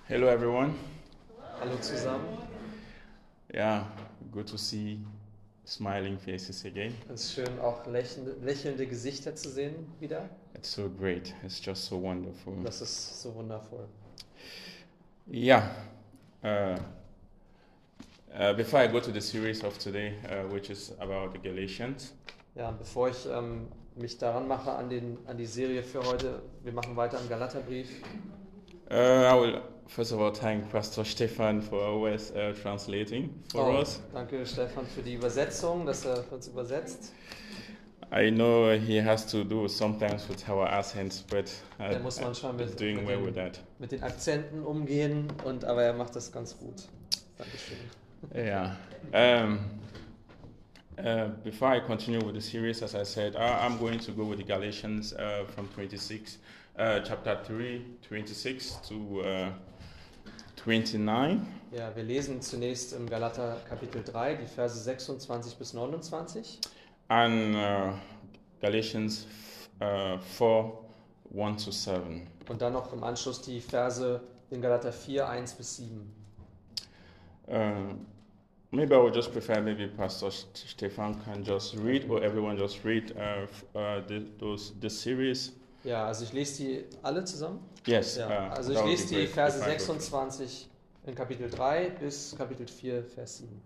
Hello, everyone. Hallo zusammen. Yeah, good to see smiling faces again. Es ist schön, auch lächelnde Gesichter zu sehen wieder. It's so great. It's just so wonderful. Das ist so wundervoll. Yeah. Before I go to the series of today, which is about the Galatians, Ja, bevor ich mich daran mache an die Serie für heute, wir machen weiter am Galaterbrief. I will first of all thank Pastor Stefan for always translating for us. Danke Stefan für die Übersetzung, dass er für uns übersetzt. I know he has to do sometimes with our accents, but Da muss man schon he's doing well with that. mit den Akzenten umgehen, aber er macht das ganz gut. Dankeschön. Yeah. Before I continue with the series, as I said, I'm going to go with the Galatians from 26, chapter 3, 26 to 29. Ja, wir lesen zunächst im Galater Kapitel 3, die Verse 26 bis 29. And Galatians 4, 1 to 7. Und dann noch im Anschluss die Verse in Galater 4, 1 bis 7. Maybe I would just prefer maybe Pastor Stefan can just read, or everyone just read the series. Ja, also ich lese die alle zusammen. Yes. Ja, also ich lese die Verse 26 in Kapitel 3 bis Kapitel 4, Vers 7.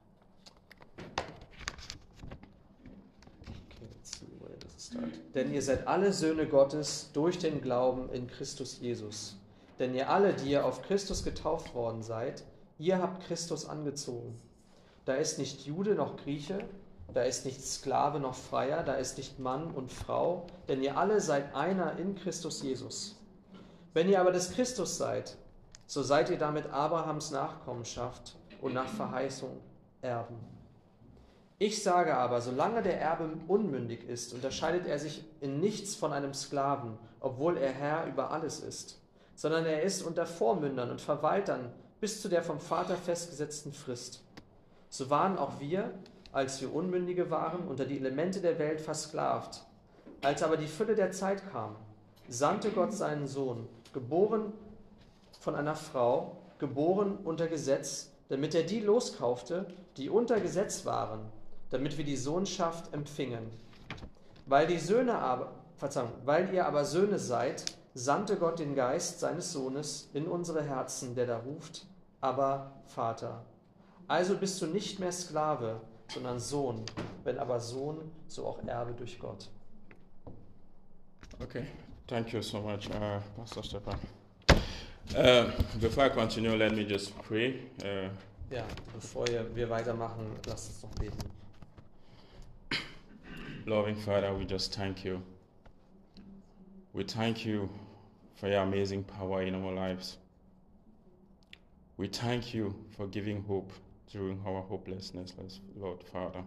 Okay, let's see, where does it start? Denn ihr seid alle Söhne Gottes durch den Glauben in Christus Jesus. Denn ihr alle, die ihr auf Christus getauft worden seid, ihr habt Christus angezogen. Da ist nicht Jude noch Grieche, da ist nicht Sklave noch Freier, da ist nicht Mann und Frau, denn ihr alle seid einer in Christus Jesus. Wenn ihr aber des Christus seid, so seid ihr damit Abrahams Nachkommenschaft und nach Verheißung Erben. Ich sage aber, solange der Erbe unmündig ist, unterscheidet er sich in nichts von einem Sklaven, obwohl er Herr über alles ist, sondern er ist unter Vormündern und Verwaltern bis zu der vom Vater festgesetzten Frist. So waren auch wir, als wir Unmündige waren, unter die Elemente der Welt versklavt. Als aber die Fülle der Zeit kam, sandte Gott seinen Sohn, geboren von einer Frau, geboren unter Gesetz, damit er die loskaufte, die unter Gesetz waren, damit wir die Sohnschaft empfingen. Weil ihr aber Söhne seid, sandte Gott den Geist seines Sohnes in unsere Herzen, der da ruft, aber Vater. Also bist du nicht mehr Sklave, sondern Sohn. Wenn aber Sohn, so auch Erbe durch Gott. Okay, thank you so much, Pastor Stefan. Before I continue, let me just pray. Ja, bevor wir weitermachen, lasst uns noch beten. Loving Father, we just thank you. We thank you for your amazing power in our lives. We thank you for giving hope during our hopelessness, Lord Father.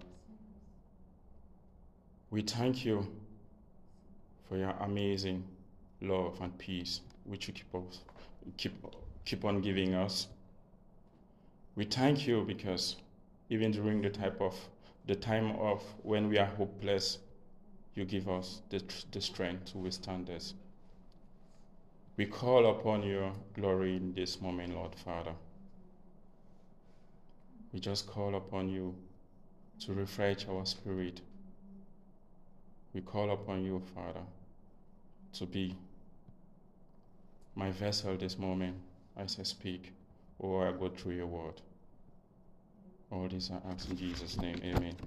We thank you for your amazing love and peace, which you keep on giving us. We thank you because even during the time of when we are hopeless, you give us the strength to withstand this. We call upon your glory in this moment, Lord Father. We just call upon you to refresh our spirit. We call upon you, Father, to be my vessel this moment as I speak or I go through your word. All this I ask in Jesus' name, amen.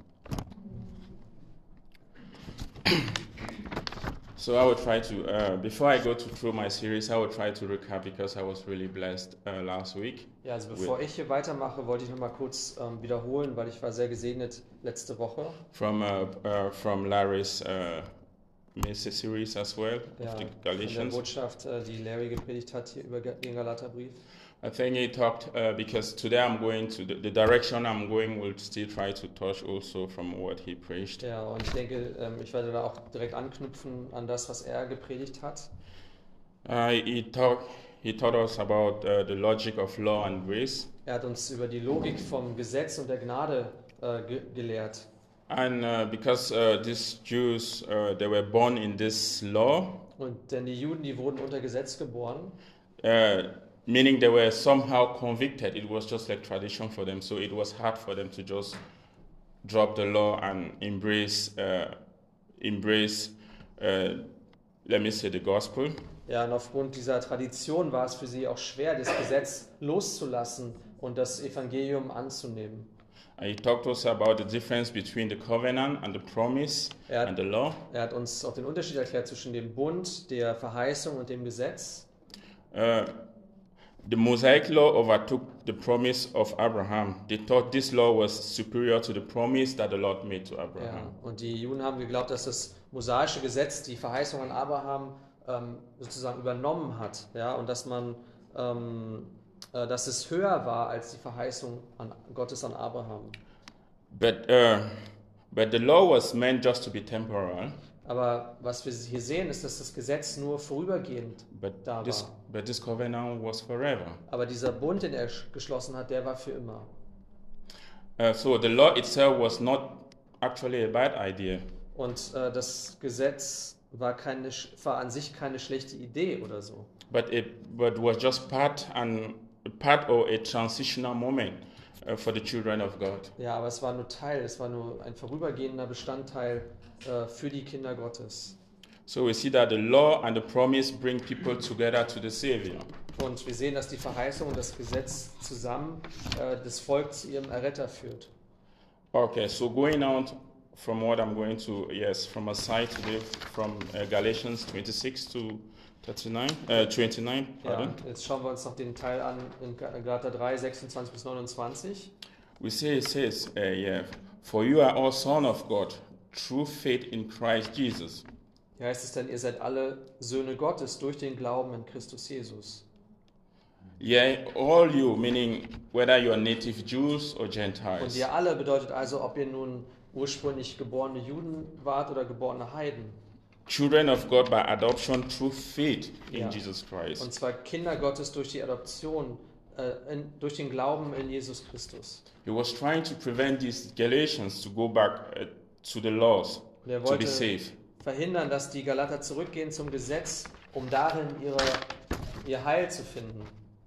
So I will try to, before I go through my series, I will try to recap because I was really blessed last week. Ja, also bevor ich hier weitermache, wollte ich nochmal kurz wiederholen, weil ich war sehr gesegnet letzte Woche. From Larry's message series as well, Ja, of the von der Galatians. Botschaft, die Larry gepredigt hat hier über den Galaterbrief. I think he talked because today I'm going to the direction I'm going will still try to touch also from what he preached. Ja, und ich denke, ich werde da auch direkt anknüpfen an das, was er gepredigt hat. He taught us about the logic of law and grace. Er hat uns über die Logik vom Gesetz und der Gnade gelehrt. And because these Jews, they were born in this law, Und denn die Juden, die wurden unter Gesetz geboren. meaning they were somehow convicted. It was just like tradition for them, so it was hard for them to just drop the law and embrace, let me say, the gospel. Ja, und aufgrund dieser Tradition war es für sie auch schwer, das Gesetz loszulassen und das Evangelium anzunehmen. He talked also about the difference between the covenant and the promise and the law. Er hat uns auch den Unterschied erklärt zwischen dem Bund, der Verheißung und dem Gesetz. The Mosaic law overtook the promise of Abraham. They thought this law was superior to the promise that the Lord made to Abraham. Ja, und die Juden haben geglaubt, dass das mosaische Gesetz die Verheißung an Abraham sozusagen übernommen hat, ja, und dass es höher war als die Verheißung Gottes an Abraham. But the law was meant just to be temporal. Aber was wir hier sehen, ist, dass das Gesetz nur vorübergehend da war. But this covenant was forever. Aber dieser Bund, den er geschlossen hat, der war für immer. So the law itself was not actually a bad idea. Und das Gesetz war an sich keine schlechte Idee oder so. But was just part or a transitional moment for the children of God. Ja, aber es war nur ein vorübergehender Bestandteil für die Kinder Gottes. So we see that the law and the promise bring people together to the Savior. Und wir sehen, dass die Verheißung und das Gesetz zusammen das Volk zu ihrem Erretter führt. Okay, so going out from what I'm going to, from a side today, from Galatians 26 to 29, Ja, jetzt schauen wir uns noch den Teil an in Galater 3, 26 bis 29. We see it says, for you are all sons of God, through faith in Christ Jesus. Hier heißt es dann, ihr seid alle Söhne Gottes durch den Glauben in Christus Jesus. Yeah, all you, meaning whether you are native Jews or Gentiles. Und ihr alle bedeutet also, ob ihr nun ursprünglich geborene Juden wart oder geborene Heiden. Children of God by adoption through faith in Jesus Christ. Und zwar Kinder Gottes durch die Adoption, durch den Glauben in Jesus Christus. He was trying to prevent these Galatians to go back to the laws to be saved. Verhindern, dass die Galater zurückgehen zum Gesetz, um darin ihr Heil zu finden.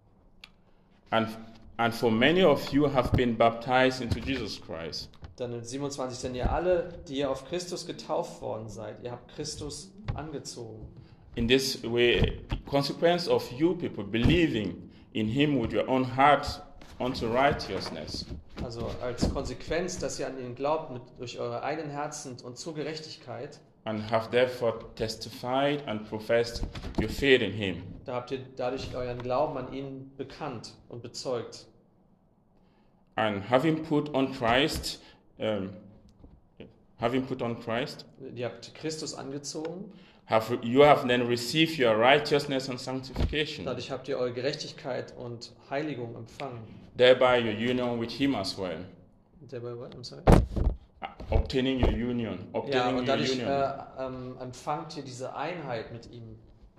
And for many of you have been baptized into Jesus Christ. Dann in 27, denn ihr alle, die ihr auf Christus getauft worden seid, ihr habt Christus angezogen. In this way, the consequence of you people believing in Him with your own heart unto righteousness. Also als Konsequenz, dass ihr an ihn glaubt durch eure eigenen Herzen und zur Gerechtigkeit. And have therefore testified and professed your faith in Him. Da habt ihr dadurch euren Glauben an ihn bekannt und bezeugt. And having put on Christ, Ihr habt Christus angezogen. You have then received your righteousness and sanctification. Dadurch habt ihr eure Gerechtigkeit und Heiligung empfangen. Thereby your union with Him as well. Thereby what? I'm sorry. Obtaining your union. Ja, und dadurch empfangt ihr diese Einheit mit ihm.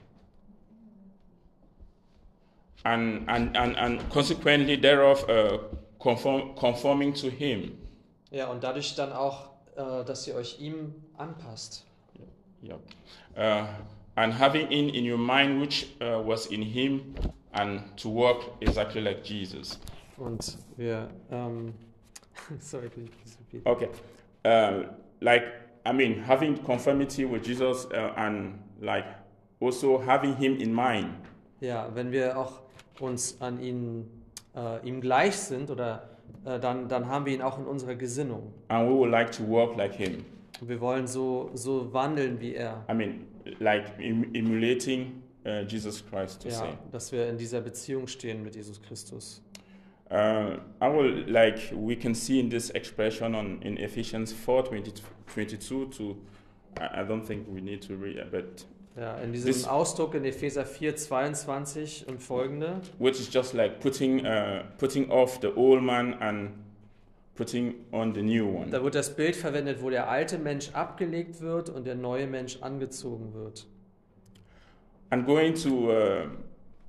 And consequently thereof conforming to Him. Ja, und dadurch dann auch, dass ihr euch ihm anpasst. Yeah. And having in your mind which was in Him, and to walk exactly like Jesus. Und wir, sorry, please repeat. Okay. Having conformity with Jesus and also having Him in mind. Ja, wenn wir auch uns an ihm gleich sind, oder dann haben wir ihn auch in unserer Gesinnung. And we would like to walk like Him. Und wir wollen so wandeln wie er. Emulating Jesus Christ to say. Dass wir in dieser Beziehung stehen mit Jesus Christus. We can see in this expression in Ephesians 4:22 to, I don't think we need to read it, but ja, in diesem Ausdruck in Epheser 4:22 und folgende. Which is just like putting off the old man and putting on the new one. Da wird das Bild verwendet, wo der alte Mensch abgelegt wird und der neue Mensch angezogen wird. And going to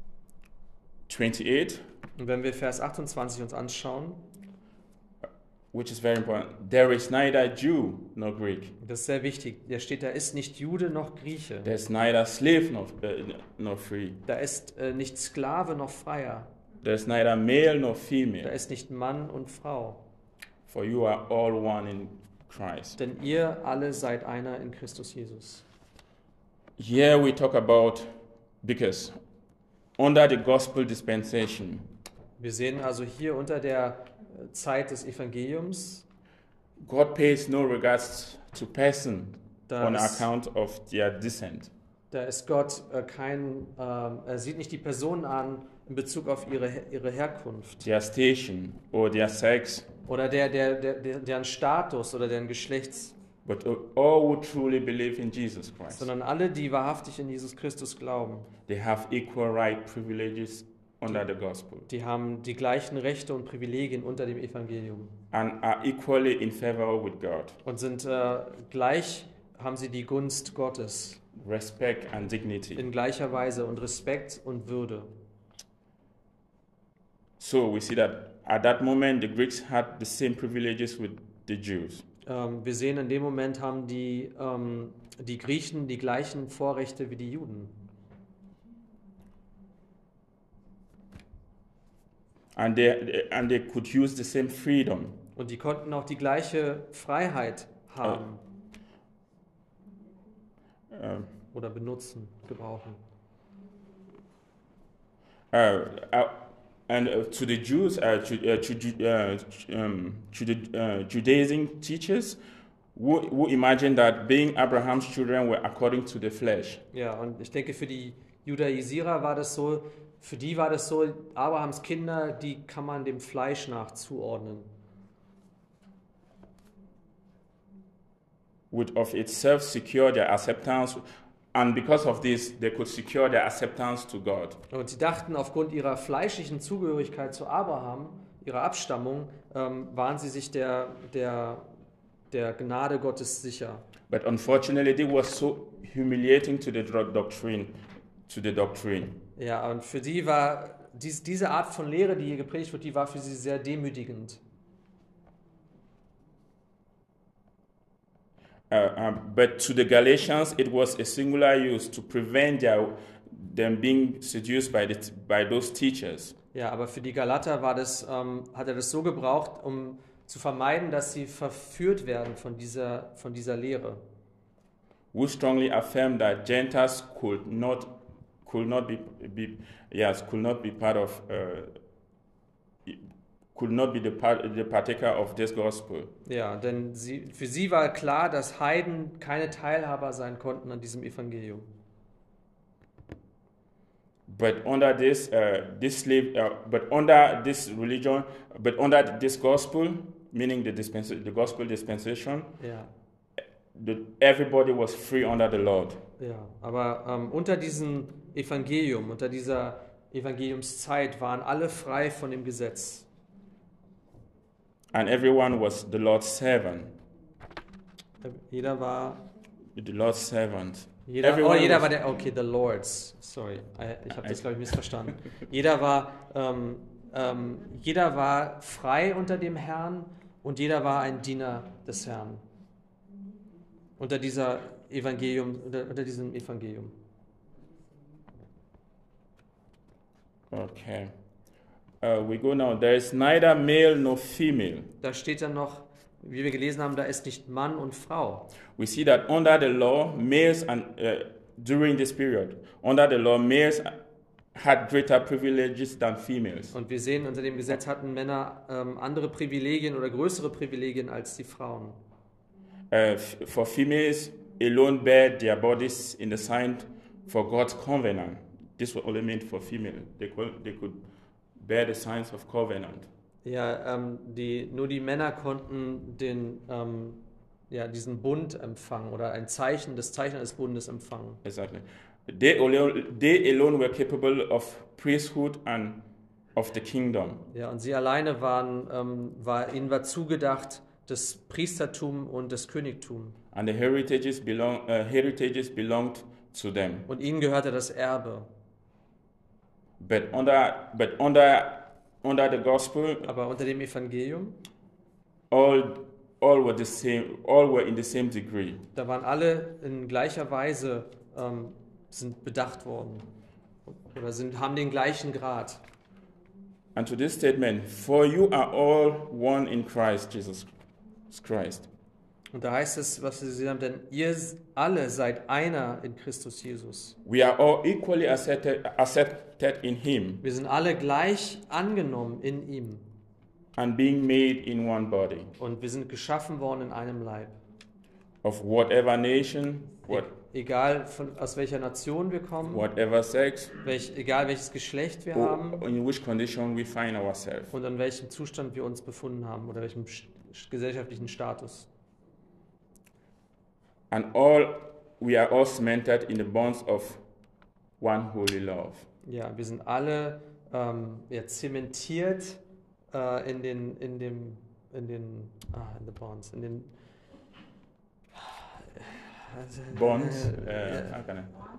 28. Und wenn wir Vers 28 uns anschauen, which is very important. There is neither Jew nor Greek. Das ist sehr wichtig. Da steht, da ist nicht Jude noch Grieche. There's neither slave nor free. Da ist nicht Sklave noch Freier. There's neither male nor Da female. ist nicht Mann und Frau. For you are all one in Christ. Denn ihr alle seid einer in Christus Jesus. Here we talk about, because under the gospel dispensation, Wir sehen also hier unter der Zeit des Evangeliums, God pays no regards to person da on ist, account of their descent. da ist Gott er sieht nicht die Personen an in Bezug auf ihre Herkunft Their station or their sex, oder deren Status oder deren Geschlechts, but all who truly believe in Jesus Christ. sondern alle, die wahrhaftig in Jesus Christus glauben. They have equal right privileges under the gospel Die haben die gleichen Rechte und Privilegien unter dem Evangelium and are equally in favor with God, und sind gleich, haben sie die Gunst Gottes respect and dignity. in gleicher Weise und Respekt und Würde. So we see that at that moment the Greeks had the same privileges with the Jews. Wir sehen, in dem Moment haben die Griechen die gleichen Vorrechte wie die Juden. And they could use the same freedom. Und die konnten auch die gleiche Freiheit haben oder benutzen, gebrauchen. To the Jews, to the Judaism teachers, who imagined that being Abraham's children were according to the flesh. Ja, und ich denke, für die Judaisierer war das so, für die war das so, Abrahams Kinder, die kann man dem Fleisch nach zuordnen. Would of itself secure their acceptance, and because of this, they could secure their acceptance to God. Und sie dachten, aufgrund ihrer fleischlichen Zugehörigkeit zu Abraham, ihrer Abstammung, waren sie sich der Gnade Gottes sicher. But unfortunately, it was so humiliating to the doctrine. Ja, und für sie war diese Art von Lehre, die hier gepredigt wird, die war für sie sehr demütigend. But to the Galatians, it was a singular use to prevent them being seduced by those teachers. Ja, aber für die Galater hat er das so gebraucht, um zu vermeiden, dass sie verführt werden von dieser Lehre. Who strongly affirmed that Gentiles could not be the partaker of this gospel. Ja, denn für sie war klar, dass Heiden keine Teilhaber sein konnten an diesem Evangelium. But under this religion, but under this gospel, meaning the gospel dispensation, Ja. Everybody was free under the Lord. Ja, aber unter diesem Evangelium, unter dieser Evangeliumszeit waren alle frei von dem Gesetz. And everyone was the Lord's servant. Jeder war The Lord's servant. jeder war okay, the Lord's. Sorry, ich habe das glaube ich missverstanden. Jeder war frei unter dem Herrn und jeder war ein Diener des Herrn. Unter diesem Evangelium. Okay. We go now. There is neither male nor female. Da steht dann noch, wie wir gelesen haben, da ist nicht Mann und Frau. We see that under the law, males and during this period, under the law, males had greater privileges than females. Und wir sehen, unter dem Gesetz hatten Männer andere Privilegien oder größere Privilegien als die Frauen. For females alone bear their bodies in the sign for God's covenant. This was only meant for female. They could bear the signs of covenant. Ja, nur die Männer konnten diesen Bund empfangen oder das Zeichen des Bundes empfangen. Exactly. They alone were capable of priesthood and of the kingdom. Ja, und sie alleine ihnen war zugedacht das Priestertum und das Königtum. And the heritages belonged to them. Und ihnen gehörte das Erbe. But under the gospel, Aber unter dem Evangelium, all were the same. All were in the same degree. Da waren alle in gleicher Weise sind bedacht worden oder haben den gleichen Grad. And to this statement, for you are all one in Christ Jesus Christ. Und da heißt es, was Sie gesehen haben, denn ihr alle seid einer in Christus Jesus. We are all equally accepted in Him Wir sind alle gleich angenommen in ihm. and being made in one body. Und wir sind geschaffen worden in einem Leib. Of whatever nation, Egal aus welcher Nation wir kommen, whatever sex, egal welches Geschlecht wir or haben in which condition we find ourselves. und in welchem Zustand wir uns befunden haben oder welchem gesellschaftlichen Status. And we are all cemented in the bonds of one holy love. Ja, wir sind alle zementiert in den bonds, in den Bonds, how can I?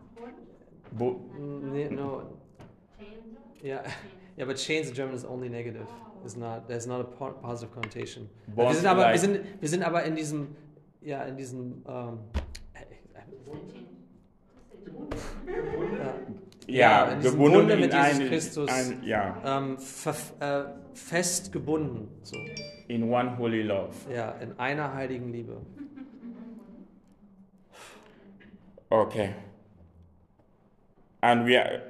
no. Yeah, yeah, but chains in German is only negative. There's not a positive connotation. Wir sind aber in diesem in diesem Bunde mit Jesus Christus fest gebunden. So. In one holy love. Ja, in einer heiligen Liebe. Okay. And we are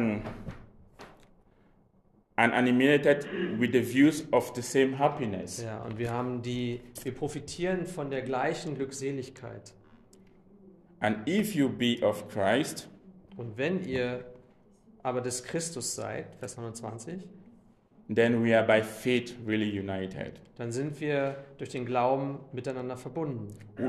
animated with the views of the same happiness. Ja, und wir profitieren von der gleichen Glückseligkeit. And if you be of Christ, und wenn ihr aber des Christus seid, Vers 29, then we are by faith really united. Dann sind wir durch den Glauben miteinander verbunden.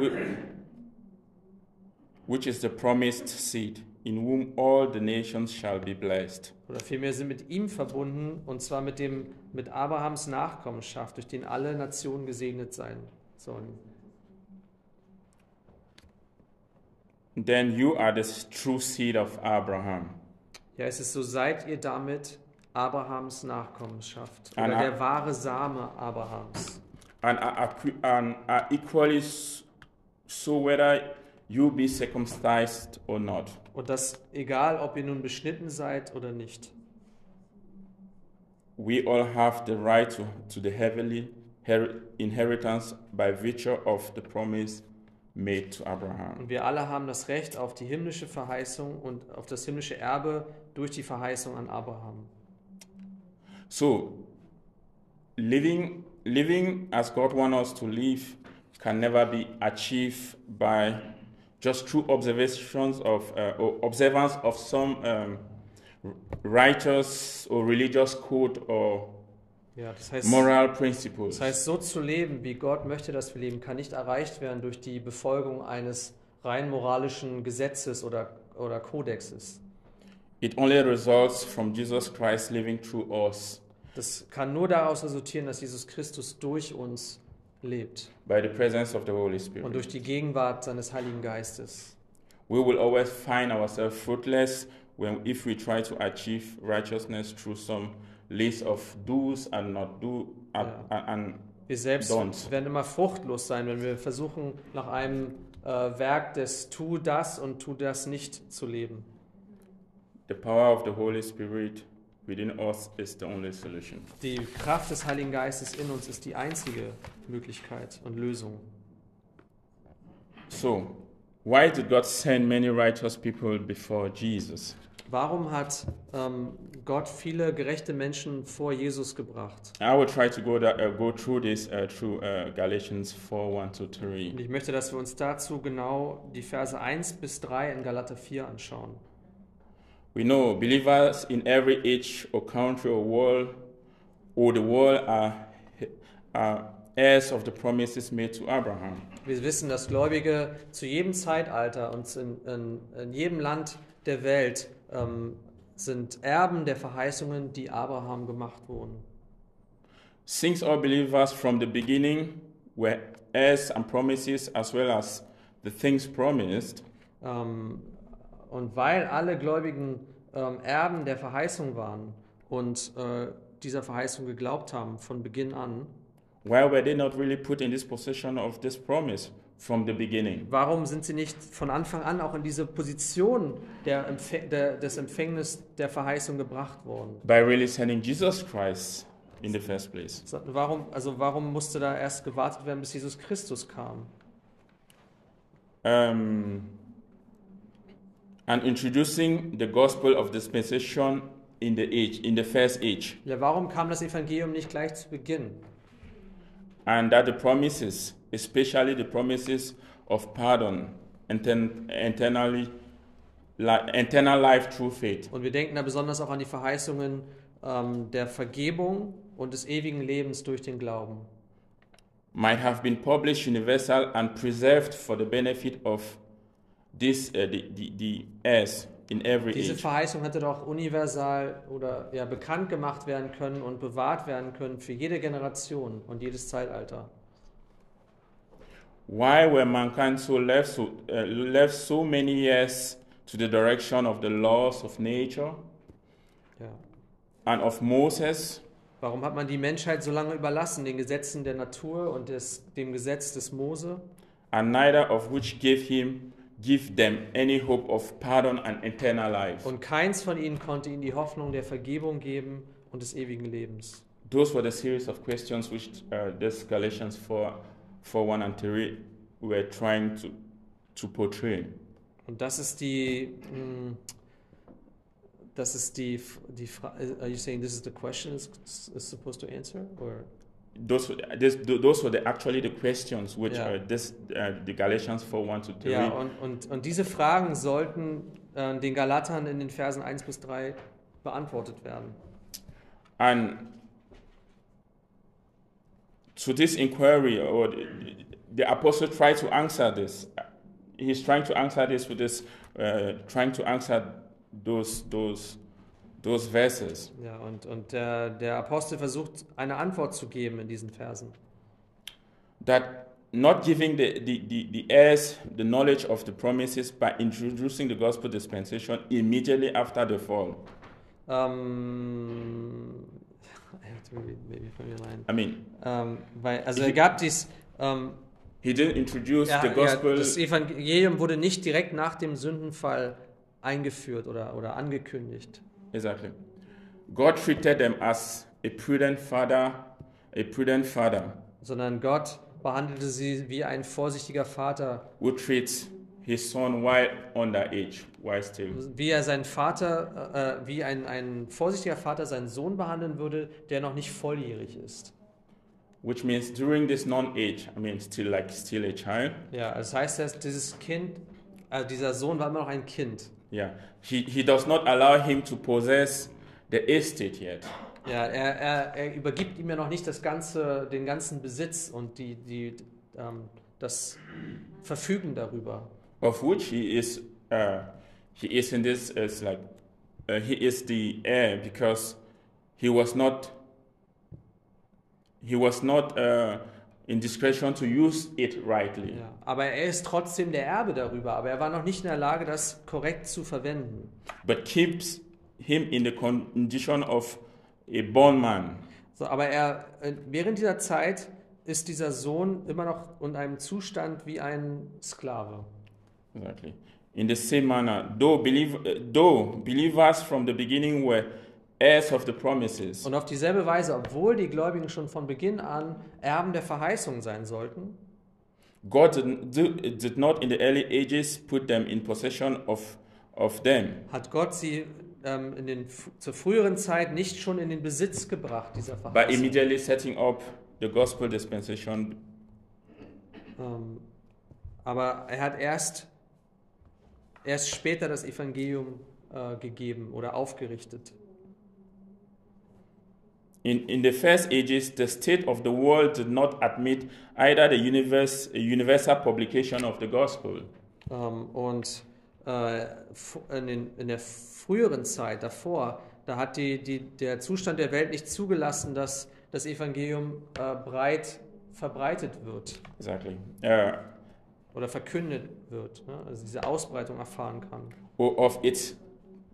Which is the promised seed, in whom all the nations shall be blessed. Oder vielmehr sind mit ihm verbunden, und zwar mit Abrahams Nachkommenschaft, durch den alle Nationen gesegnet sein sollen. Then you are the true seed of Abraham. Ja, es ist so, seid ihr damit Abrahams Nachkommenschaft, oder der wahre Same Abrahams. And are equally so whether you be circumcised or not. Und das egal, ob ihr nun beschnitten seid oder nicht. We all have the right to the heavenly inheritance by virtue of the promise made to Abraham. Und wir alle haben das Recht auf die himmlische Verheißung und auf das himmlische Erbe durch die Verheißung an Abraham. So, living as God wants us to live can never be achieved by just through observance of some righteous or religious code or das heißt, moral principles. Das heißt, so zu leben, wie Gott möchte, dass wir leben, kann nicht erreicht werden durch die Befolgung eines rein moralischen Gesetzes oder Kodexes. It only results from Jesus Christ living through us. Das kann nur daraus resultieren, dass Jesus Christus durch uns lebt. By the presence of the Holy Spirit. Und durch die Gegenwart seines Heiligen Geistes. We will always find ourselves fruitless if we try to achieve righteousness through some list of do's and not do and wir selbst don'ts. werden immer fruchtlos sein, wenn wir versuchen, nach einem Werk des Tu das und Tu das nicht zu leben. The power of the Holy Spirit within us is the only solution. Die Kraft des Heiligen Geistes in uns ist die einzige Möglichkeit und Lösung. So, why did God send many righteous people before Jesus? Warum hat Gott viele gerechte Menschen vor Jesus gebracht? I will try to go through this through Galatians 4:1-3. Und ich möchte, dass wir uns dazu genau die Verse 1 bis 3 in Galater 4 anschauen. We know believers in every age or country or the world are heirs of the promises made to Abraham. Wir wissen, dass Gläubige zu jedem Zeitalter und in jedem Land der Welt sind Erben der Verheißungen, die Abraham gemacht wurden. Since all believers from the beginning were heirs and promises as well as the things promised, und weil alle Gläubigen Erben der Verheißung waren und dieser Verheißung geglaubt haben von Beginn an, Why were they not really put in this position of this promise from the beginning? Warum sind sie nicht von Anfang an auch in diese Position des Empfängnis der Verheißung gebracht worden? By really sending Jesus Christ in the first place. Warum musste da erst gewartet werden, bis Jesus Christus kam? And introducing the gospel of dispensation in the first age. Ja, warum kam das Evangelium nicht gleich zu Beginn? And that the promises, especially the promises of pardon, eternal life through faith, Und wir denken da besonders auch an die Verheißungen der Vergebung und des ewigen Lebens durch den Glauben. might have been published universal and preserved for the benefit of the heirs in every Diese age. Verheißung hätte doch universal oder ja, bekannt gemacht werden können und bewahrt werden können für jede Generation und jedes Zeitalter. Why were mankind left so many years to the direction of the laws of nature Ja. and of Moses, Warum hat man die Menschheit so lange überlassen, den Gesetzen der Natur und dem Gesetz des Mose? and neither of which give them any hope of pardon and eternal life? Und keins von ihnen konnte ihnen die Hoffnung der Vergebung geben und des ewigen Lebens. Those were the series of questions which this Galatians 4:1 and 3 were trying to portray. Und das ist die Frage. Are you saying this is the question is supposed to answer, or? Those were actually the questions which Yeah. The Galatians 4:1 to 3 Ja, und diese Fragen sollten den Galatern in den Versen 1 bis 3 beantwortet werden. and to this inquiry, or the apostle tried to answer this. He's trying to answer this with this, trying to answer those verses. Ja, und der Apostel versucht, eine Antwort zu geben in diesen Versen. That not giving the heirs the knowledge of the promises by introducing the gospel dispensation immediately after the fall. I have to read maybe from your line. I mean, Er gab dies. he didn't introduce the gospel. Das Evangelium wurde nicht direkt nach dem Sündenfall eingeführt oder angekündigt. Exactly. God treated them as a prudent father, Sondern Gott behandelte sie wie ein vorsichtiger Vater, who treats his son while underage, while still. wie ein vorsichtiger Vater seinen Sohn behandeln würde, der noch nicht volljährig ist. Which means during this non-age, still a child. Ja, das heißt, dass dieser Sohn war immer noch ein Kind. Yeah, he does not allow him to possess the estate yet. Ja, er übergibt ihm ja noch nicht den ganzen Besitz und das Verfügen darüber. Of which he is in this he is the heir because he was not in discretion to use it rightly. Ja, aber er ist trotzdem der Erbe darüber, aber er war noch nicht in der Lage, das korrekt zu verwenden. But keeps him in the condition of a bondman. So, aber während dieser Zeit ist dieser Sohn immer noch in einem Zustand wie ein Sklave. Exactly. In the same manner, though believers from the beginning were heirs of the promises, Und auf dieselbe Weise, obwohl die Gläubigen schon von Beginn an Erben der Verheißung sein sollten, God did not in the early ages put them in possession of them, hat Gott sie zur früheren Zeit nicht schon in den Besitz gebracht, dieser by Verheißung. immediately setting up the gospel dispensation. Aber er hat erst später das Evangelium gegeben oder aufgerichtet. In the first ages, the state of the world did not admit either the universal publication of the gospel In der früheren Zeit davor, da hat der Zustand der Welt nicht zugelassen, dass das Evangelium breit verbreitet wird exactly, oder verkündet wird, ne? Also diese Ausbreitung erfahren kann. or of its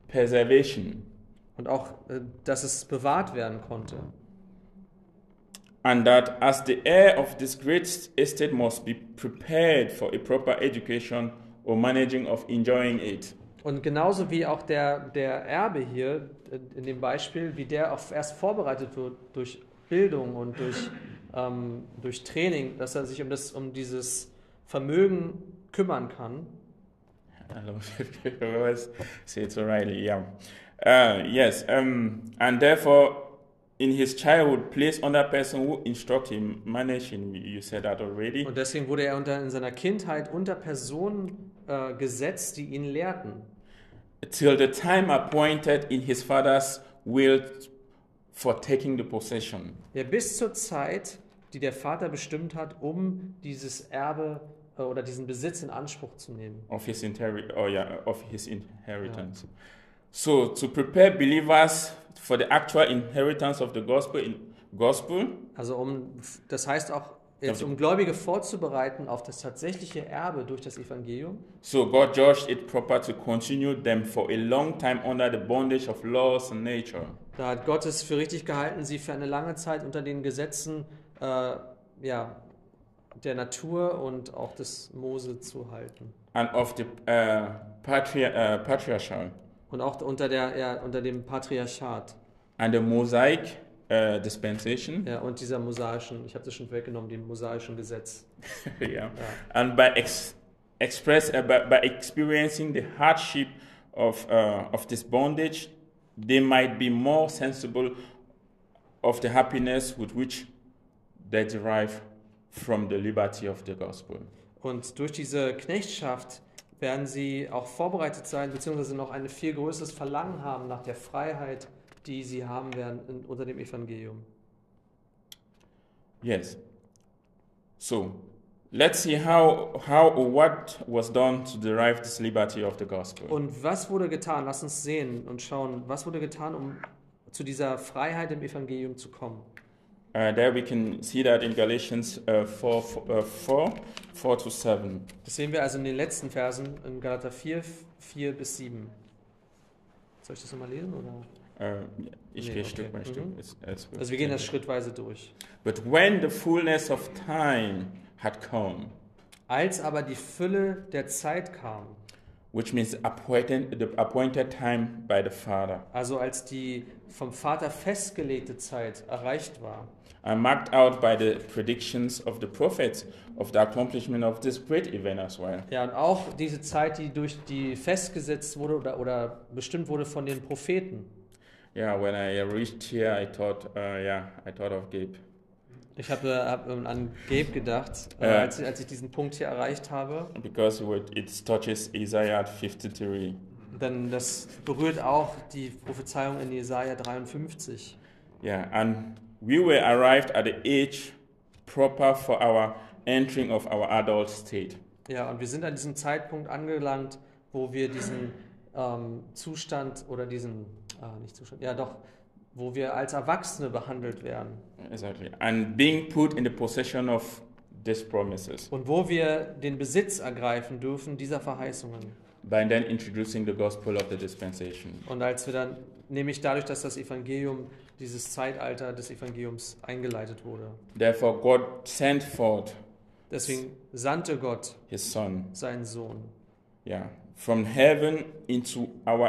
preservation. Und auch, dass es bewahrt werden konnte. and that as the heir of this great estate must be prepared for a proper education or managing of enjoying it. Und genauso wie auch der Erbe hier in dem Beispiel, wie der auch erst vorbereitet wird durch Bildung und durch Training, dass er sich um dieses Vermögen kümmern kann. I always say it so rightly, yeah. Yes, and therefore, in his childhood, place under person who instruct him, manage him. You said that already. Und deswegen wurde er in seiner Kindheit unter Personen gesetzt, die ihn lehrten. Till the time appointed in his father's will for taking the possession. Ja, bis zur Zeit, die der Vater bestimmt hat, um dieses Erbe oder diesen Besitz in Anspruch zu nehmen. Of his inheritance. Ja. So, to prepare believers for the actual inheritance of the gospel. Also das heißt auch jetzt um Gläubige vorzubereiten auf das tatsächliche Erbe durch das Evangelium. So God judged it proper to continue them for a long time under the bondage of laws and nature. Da hat Gott es für richtig gehalten, sie für eine lange Zeit unter den Gesetzen der Natur und auch des Mose zu halten. And of the patriarchal. Und auch unter dem Patriarchat. And the Mosaic dispensation. Ja, und dieser mosaischen, ich habe das schon weggenommen, dem mosaischen Gesetz. Yeah. And by experiencing the hardship of this bondage, they might be more sensible of the happiness with which they derive from the liberty of the gospel. Und durch diese Knechtschaft werden sie auch vorbereitet sein, beziehungsweise noch ein viel größeres Verlangen haben nach der Freiheit, die sie haben werden unter dem Evangelium. Yes. So, let's see how or what was done to derive this liberty of the gospel. Und was wurde getan? Lass uns sehen und schauen, was wurde getan, um zu dieser Freiheit im Evangelium zu kommen. There we can see that in Galatians 4 to 7. Das sehen wir also in den letzten Versen in Galater 4 bis 7. Soll ich das nochmal lesen? Oder? Ich gehe Stück by Stück. Also wir gehen das schrittweise durch. But when the fullness of time had come, als aber die Fülle der Zeit kam, which means the appointed time by the Father, also als die vom Vater festgelegte Zeit erreicht war, and marked out by the predictions of the prophets of the accomplishment of this great event as well. Ja, und auch diese Zeit, die festgesetzt wurde oder bestimmt wurde von den Propheten. Yeah, when I reached here, I thought of Gabe. Ich habe an Gabe gedacht, als ich diesen Punkt hier erreicht habe. Because it touches Isaiah 53. Denn das berührt auch die Prophezeiung in Jesaja 53. Yeah, and we were arrived at the age proper for our entering of our adult state. Ja, und wir sind an diesem Zeitpunkt angelangt, wo wir diesen Zustand oder wo wir als Erwachsene behandelt werden. Exactly. And being put in the possession of these promises. Und wo wir den Besitz ergreifen dürfen dieser Verheißungen. By then introducing the gospel of the dispensation. Und als wir dann, nämlich dadurch, dass das Evangelium, dieses Zeitalter des Evangeliums eingeleitet wurde. Therefore God sent forth. Deswegen sandte Gott His Son. Seinen Sohn. Yeah, from heaven into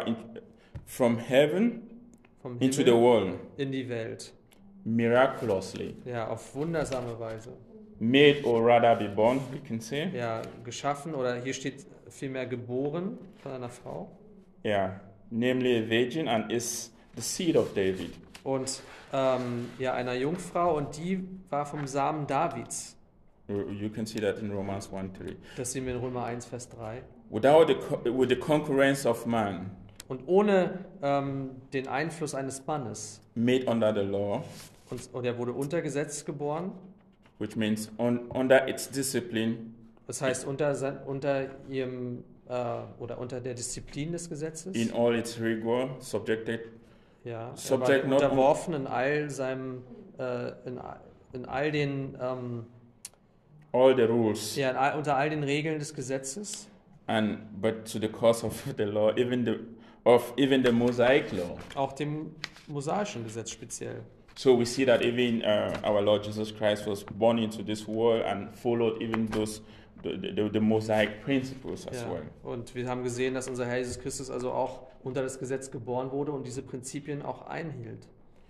into the world. In die Welt. Miraculously. Ja, auf wundersame Weise. Made or rather be born, we can say. Ja, geschaffen oder hier steht vielmehr geboren von einer Frau. Yeah, namely a virgin and is the seed of David. Und einer Jungfrau und die war vom Samen Davids. You can see that in Romans 1:3. Das sehen wir in Römer 1, Vers 3. With the concurrence of man. Und ohne den Einfluss eines Mannes. Made under the law. Und er wurde unter Gesetz geboren. Which means under its discipline. Das heißt unter ihrem oder unter der Disziplin des Gesetzes. In all its rigor, subjected. Ja, er war unterworfen in all seinem in all den all the rules. Ja, unter all den Regeln des Gesetzes. But to the cause of the law, even the Mosaic law. Auch dem mosaischen Gesetz speziell. So we see that even our Lord Jesus Christ was born into this world and followed even the Mosaic principles as Ja. well. Und wir haben gesehen, dass unser Herr Jesus Christus also auch unter das Gesetz geboren wurde und diese Prinzipien auch einhielt.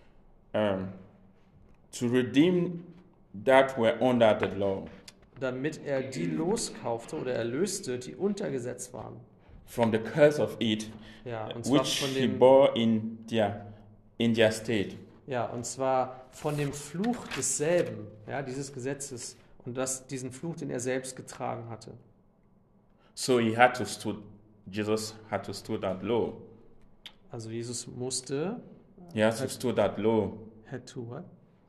To redeem that were under the law, Damit er die loskaufte oder erlöste, die unter Gesetz waren. from the curse of it, Ja, und zwar which von he dem, bore in their state. ja, und zwar von dem Fluch desselben, ja, dieses Gesetzes und diesen Fluch, den er selbst getragen hatte. So Jesus had to stood that law. Also Jesus musste, He has to stood that law. had to what?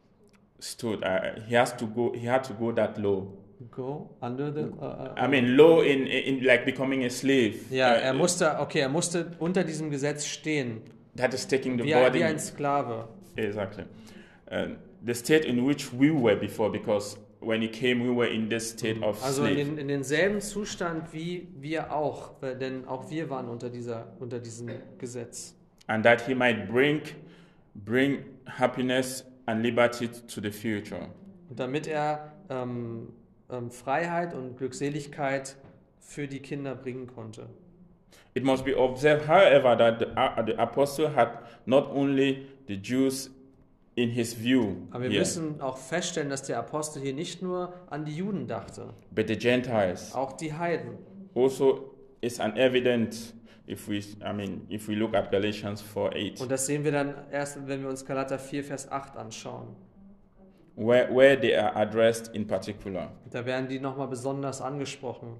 He had to go that law. Go under the. I mean, law in like becoming a slave. Ja, er musste unter diesem Gesetz stehen, That is taking the wie body. ein Sklave. Exactly. The state in which we were before, because when he came, we were in this state of Also slave. in denselben Zustand wie wir auch, denn auch wir waren unter diesem Gesetz. And that he might bring happiness and liberty to the future. Und damit er Freiheit und Glückseligkeit für die Kinder bringen konnte. It must be observed, however, that the apostle had not only the Jews in his view Aber wir here, müssen auch feststellen, dass der Apostel hier nicht nur an die Juden dachte, but the Gentiles. auch die Heiden. Also, it's an evident if we look at Galatians 4:8, Und das sehen wir dann erst, wenn wir uns Galater 4, Vers 8 anschauen. where they are addressed in particular. Da werden die nochmal besonders angesprochen.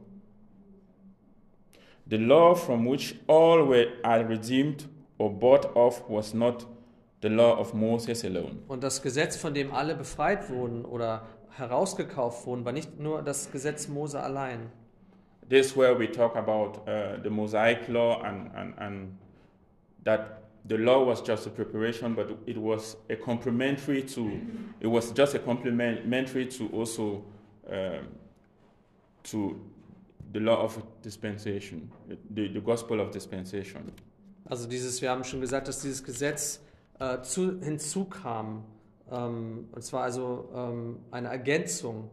The law from which all are redeemed or bought off was not the law of Moses alone. Und das Gesetz, von dem alle befreit wurden oder herausgekauft wurden, war nicht nur das Gesetz Mose allein. This is where we talk about the Mosaic law and that the law was just a preparation, but it was just a complementary to also to the law of dispensation, the gospel of dispensation. Also wir haben schon gesagt, dass dieses Gesetz hinzukam, und zwar also eine Ergänzung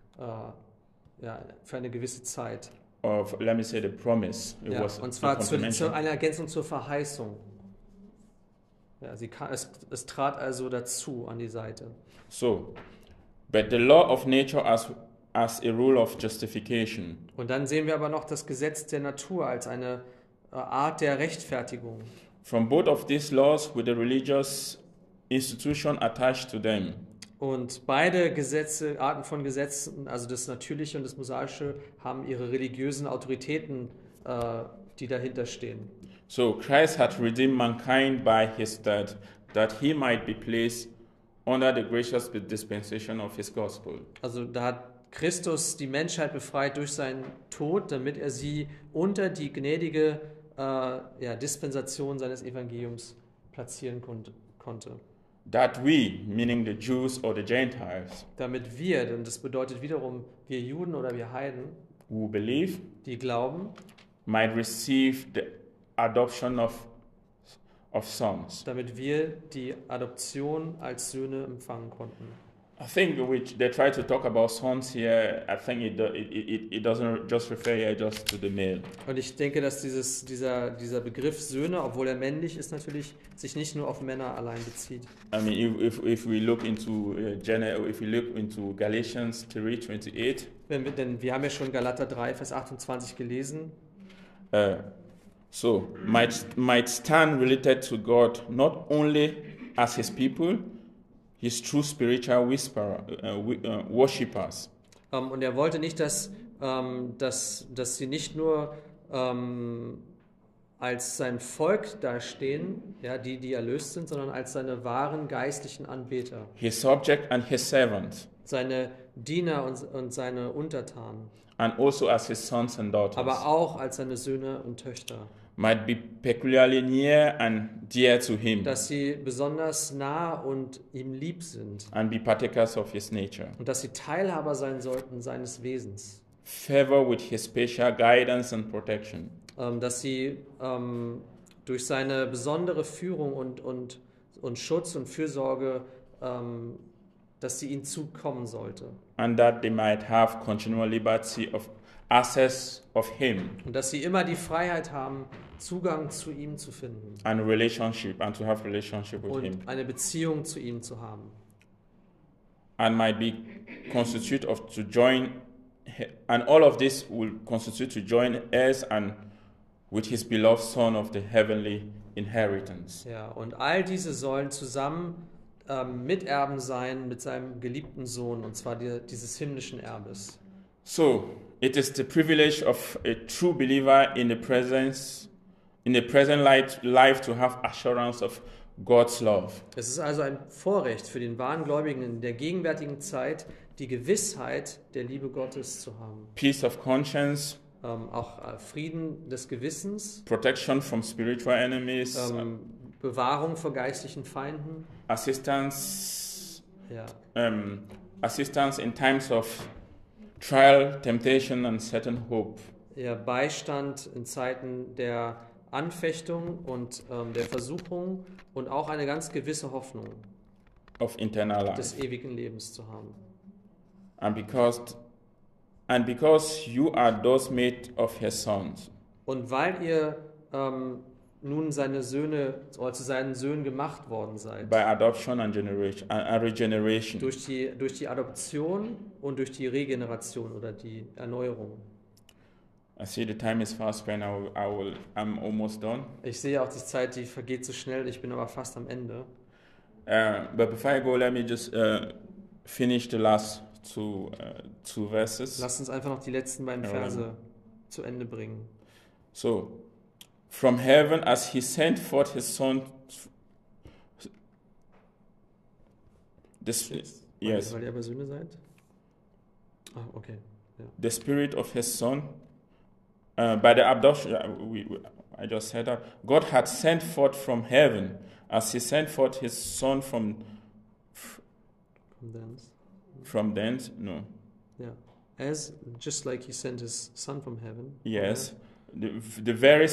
für eine gewisse Zeit. Of, let me say, the promise. It was Und zwar a complementary. eine Ergänzung zur Verheißung. Ja, es trat also dazu an die Seite. So, but the law of nature as a rule of justification. Und dann sehen wir aber noch das Gesetz der Natur als eine Art der Rechtfertigung. From both of these laws with the religious institution attached to them. Und beide Arten von Gesetzen, also das Natürliche und das Mosaische, haben ihre religiösen Autoritäten, die dahinter stehen. So Christ had redeemed mankind by his death, that he might be placed under the gracious dispensation of his gospel. Also da hat Christus die Menschheit befreit durch seinen Tod, damit er sie unter die gnädige Dispensation seines Evangeliums platzieren konnte. That we, meaning the Jews or the Gentiles, Damit wir, denn das bedeutet wiederum wir Juden oder wir Heiden, who believe, die glauben, might receive the adoption of sons. damit wir die Adoption als Söhne empfangen konnten. I think they try to talk about sons here. I think it doesn't just refer here just to the male. Und ich denke, dass dieser Begriff Söhne, obwohl er männlich ist, natürlich sich nicht nur auf Männer allein bezieht. I mean, if we look into Galatians 3:28, Denn wir haben ja schon Galater 3, Vers 28 gelesen. so might stand related to God not only as His people, His true spiritual worshippers. Und er wollte nicht, dass sie nicht nur als sein Volk dastehen, ja, die erlöst sind, sondern als seine wahren geistlichen Anbeter. His subject and His servants. Seine Diener und seine Untertanen. And also as His sons and daughters. Aber auch als seine Söhne und Töchter. Might be peculiarly near and dear to Him. Dass sie besonders nah und ihm lieb sind. And be partakers of His nature. Und dass sie Teilhaber sein sollten seines Wesens. Favor with His special guidance and protection. Dass sie durch seine besondere Führung und Schutz und Fürsorge dass sie ihnen zukommen sollte. and that they might have continual liberty of access of Him Und dass sie immer die Freiheit haben, Zugang zu ihm zu finden and relationship and to have relationship with Him, und eine Beziehung zu ihm zu haben. and might be constitute of to join, and all of this will constitute to join heirs and with His beloved Son of the heavenly inheritance. Ja, und all diese sollen zusammen Miterben sein mit seinem geliebten Sohn, und zwar dieses himmlischen Erbes. So it is the privilege of a true believer in the present life to have assurance of God's love. Es ist also ein Vorrecht für den wahren Gläubigen in der gegenwärtigen Zeit, die Gewissheit der Liebe Gottes zu haben. Peace of conscience, Auch Frieden des Gewissens, protection from spiritual enemies, Bewahrung vor geistlichen Feinden, assistance, ja, assistance in times of trial, temptation, and certain hope. ja, Beistand in Zeiten der Anfechtung und der Versuchung und auch eine ganz gewisse Hoffnung Of eternal life. des ewigen Lebens zu haben. And because you are those made of His sons, Und weil ihr nun seine Söhne oder zu seinen Söhnen gemacht worden seid, by adoption and regeneration, durch die Adoption und durch die Regeneration oder die Erneuerung. I see the time is fast spent. I'm almost done. Ich sehe auch die Zeit, die vergeht so schnell, ich bin aber fast am Ende. But before I go, let me just finish the last two verses. Lasst uns einfach noch die letzten beiden Verse zu Ende bringen. So, from heaven, as He sent forth His Son. Yes, Weil ihr aber Söhne seid? Ah, okay. Ja. the Spirit of His Son. By the adoption, I just said that God had sent forth from heaven, as He sent forth His Son from thence. No, Yeah. Just like He sent His Son from heaven. yes, the very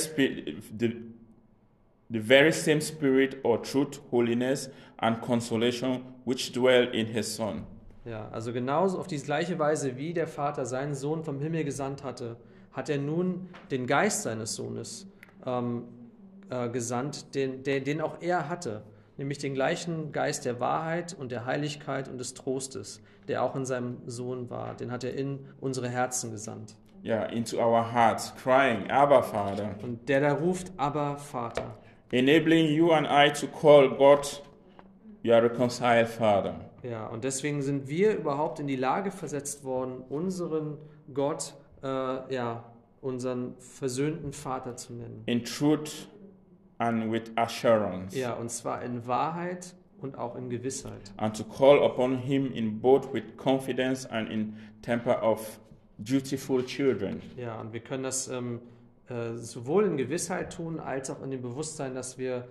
same Spirit or truth, holiness, and consolation which dwell in His Son. Ja, also genauso auf die gleiche Weise, wie der Vater seinen Sohn vom Himmel gesandt hatte, hat er nun den Geist seines Sohnes gesandt, den auch er hatte, nämlich den gleichen Geist der Wahrheit und der Heiligkeit und des Trostes, der auch in seinem Sohn war. Den hat er in unsere Herzen gesandt. Yeah, into our hearts, crying, Abba, Father. Und der da ruft, aber Vater. Enabling you and I to call God your reconciled Father. Ja, und deswegen sind wir überhaupt in die Lage versetzt worden, unseren Gott, unseren versöhnten Vater zu nennen. In truth and with assurance. Ja, und zwar in Wahrheit und auch in Gewissheit. And to call upon Him in both with confidence and in temper of dutiful children. Ja, und wir können das sowohl in Gewissheit tun, als auch in dem Bewusstsein, dass wir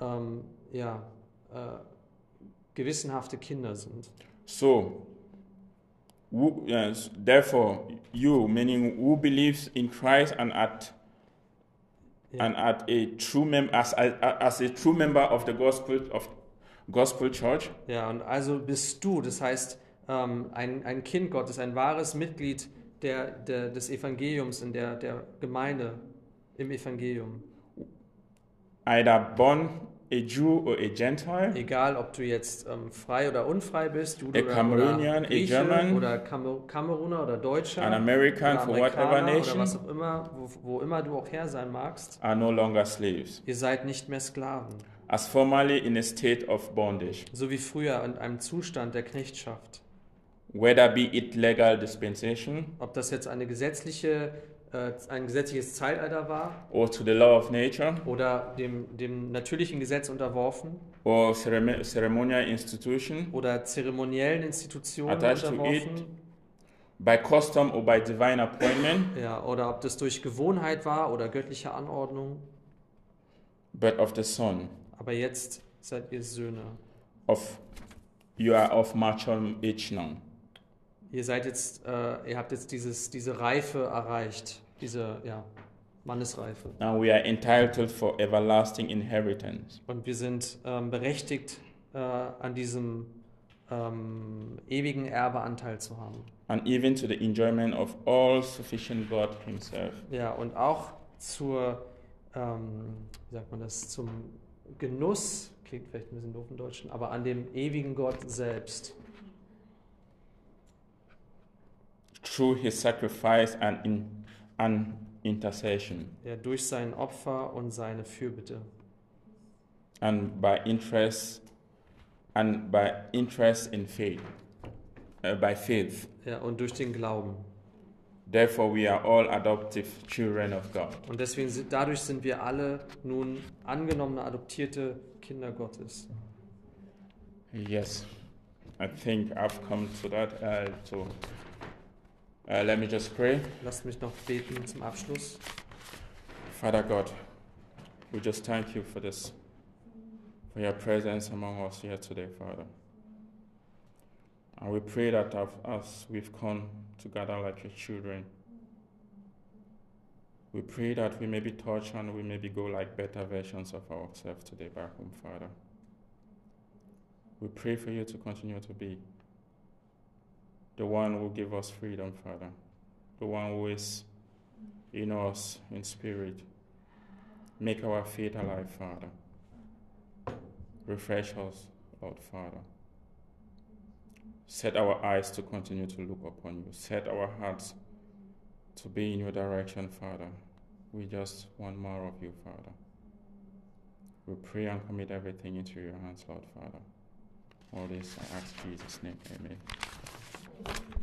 gewissenhafte Kinder sind. So, therefore, you, meaning who believes in Christ and at a true as a true member of the gospel church. Ja, und also bist du, das heißt ein Kind Gottes, ein wahres Mitglied des Evangeliums, in der Gemeinde im Evangelium. Either born a Jew or a Gentile. Egal, ob du jetzt frei oder unfrei bist, Jude oder Grieche, a German, oder Kameruner oder Deutscher, an American, oder for whatever nation, oder was auch immer, wo immer du auch her sein magst, are no longer slaves, ihr seid nicht mehr Sklaven, as formerly in a state of bondage, so wie früher in einem Zustand der Knechtschaft. whether be it legal dispensation, Ob das jetzt ein gesetzliches Zeitalter war or to the law of nature, oder dem natürlichen Gesetz unterworfen or ceremonial institution, oder zeremoniellen Institutionen attached to it, unterworfen, by custom or by divine appointment, ja, oder ob das durch Gewohnheit war oder göttliche Anordnung. but of the Son, Aber jetzt seid ihr Söhne. you are of mature age now. Ihr habt jetzt diese Reife erreicht, diese Mannesreife. And we are entitled for everlasting inheritance. Und wir sind berechtigt, an diesem ewigen Erbeanteil zu haben. and even to the enjoyment of all sufficient God Himself. Ja, und auch zur, wie sagt man das, zum Genuss, klingt vielleicht ein bisschen doof im Deutschen, aber an dem ewigen Gott selbst. Through His sacrifice and intercession, Ja, durch sein Opfer und seine Fürbitte. and by interest in faith, by faith. Ja, und durch den Glauben. Therefore, we are all adoptive children of God. Und deswegen dadurch sind wir alle nun angenommene, adoptierte Kinder Gottes. Yes, I think I've come to that. Let me just pray. Lasst mich noch beten zum Abschluss. Father God, we just thank you for this, for your presence among us here today, Father. And we pray that as we've come together like your children, we pray that we may be touched and we may go like better versions of ourselves today back home, Father. We pray for you to continue to be the one who will give us freedom, Father. The one who is in us in spirit. Make our faith alive, Father. Refresh us, Lord, Father. Set our eyes to continue to look upon you. Set our hearts to be in your direction, Father. We just want more of you, Father. We pray and commit everything into your hands, Lord, Father. All this I ask in Jesus' name, amen.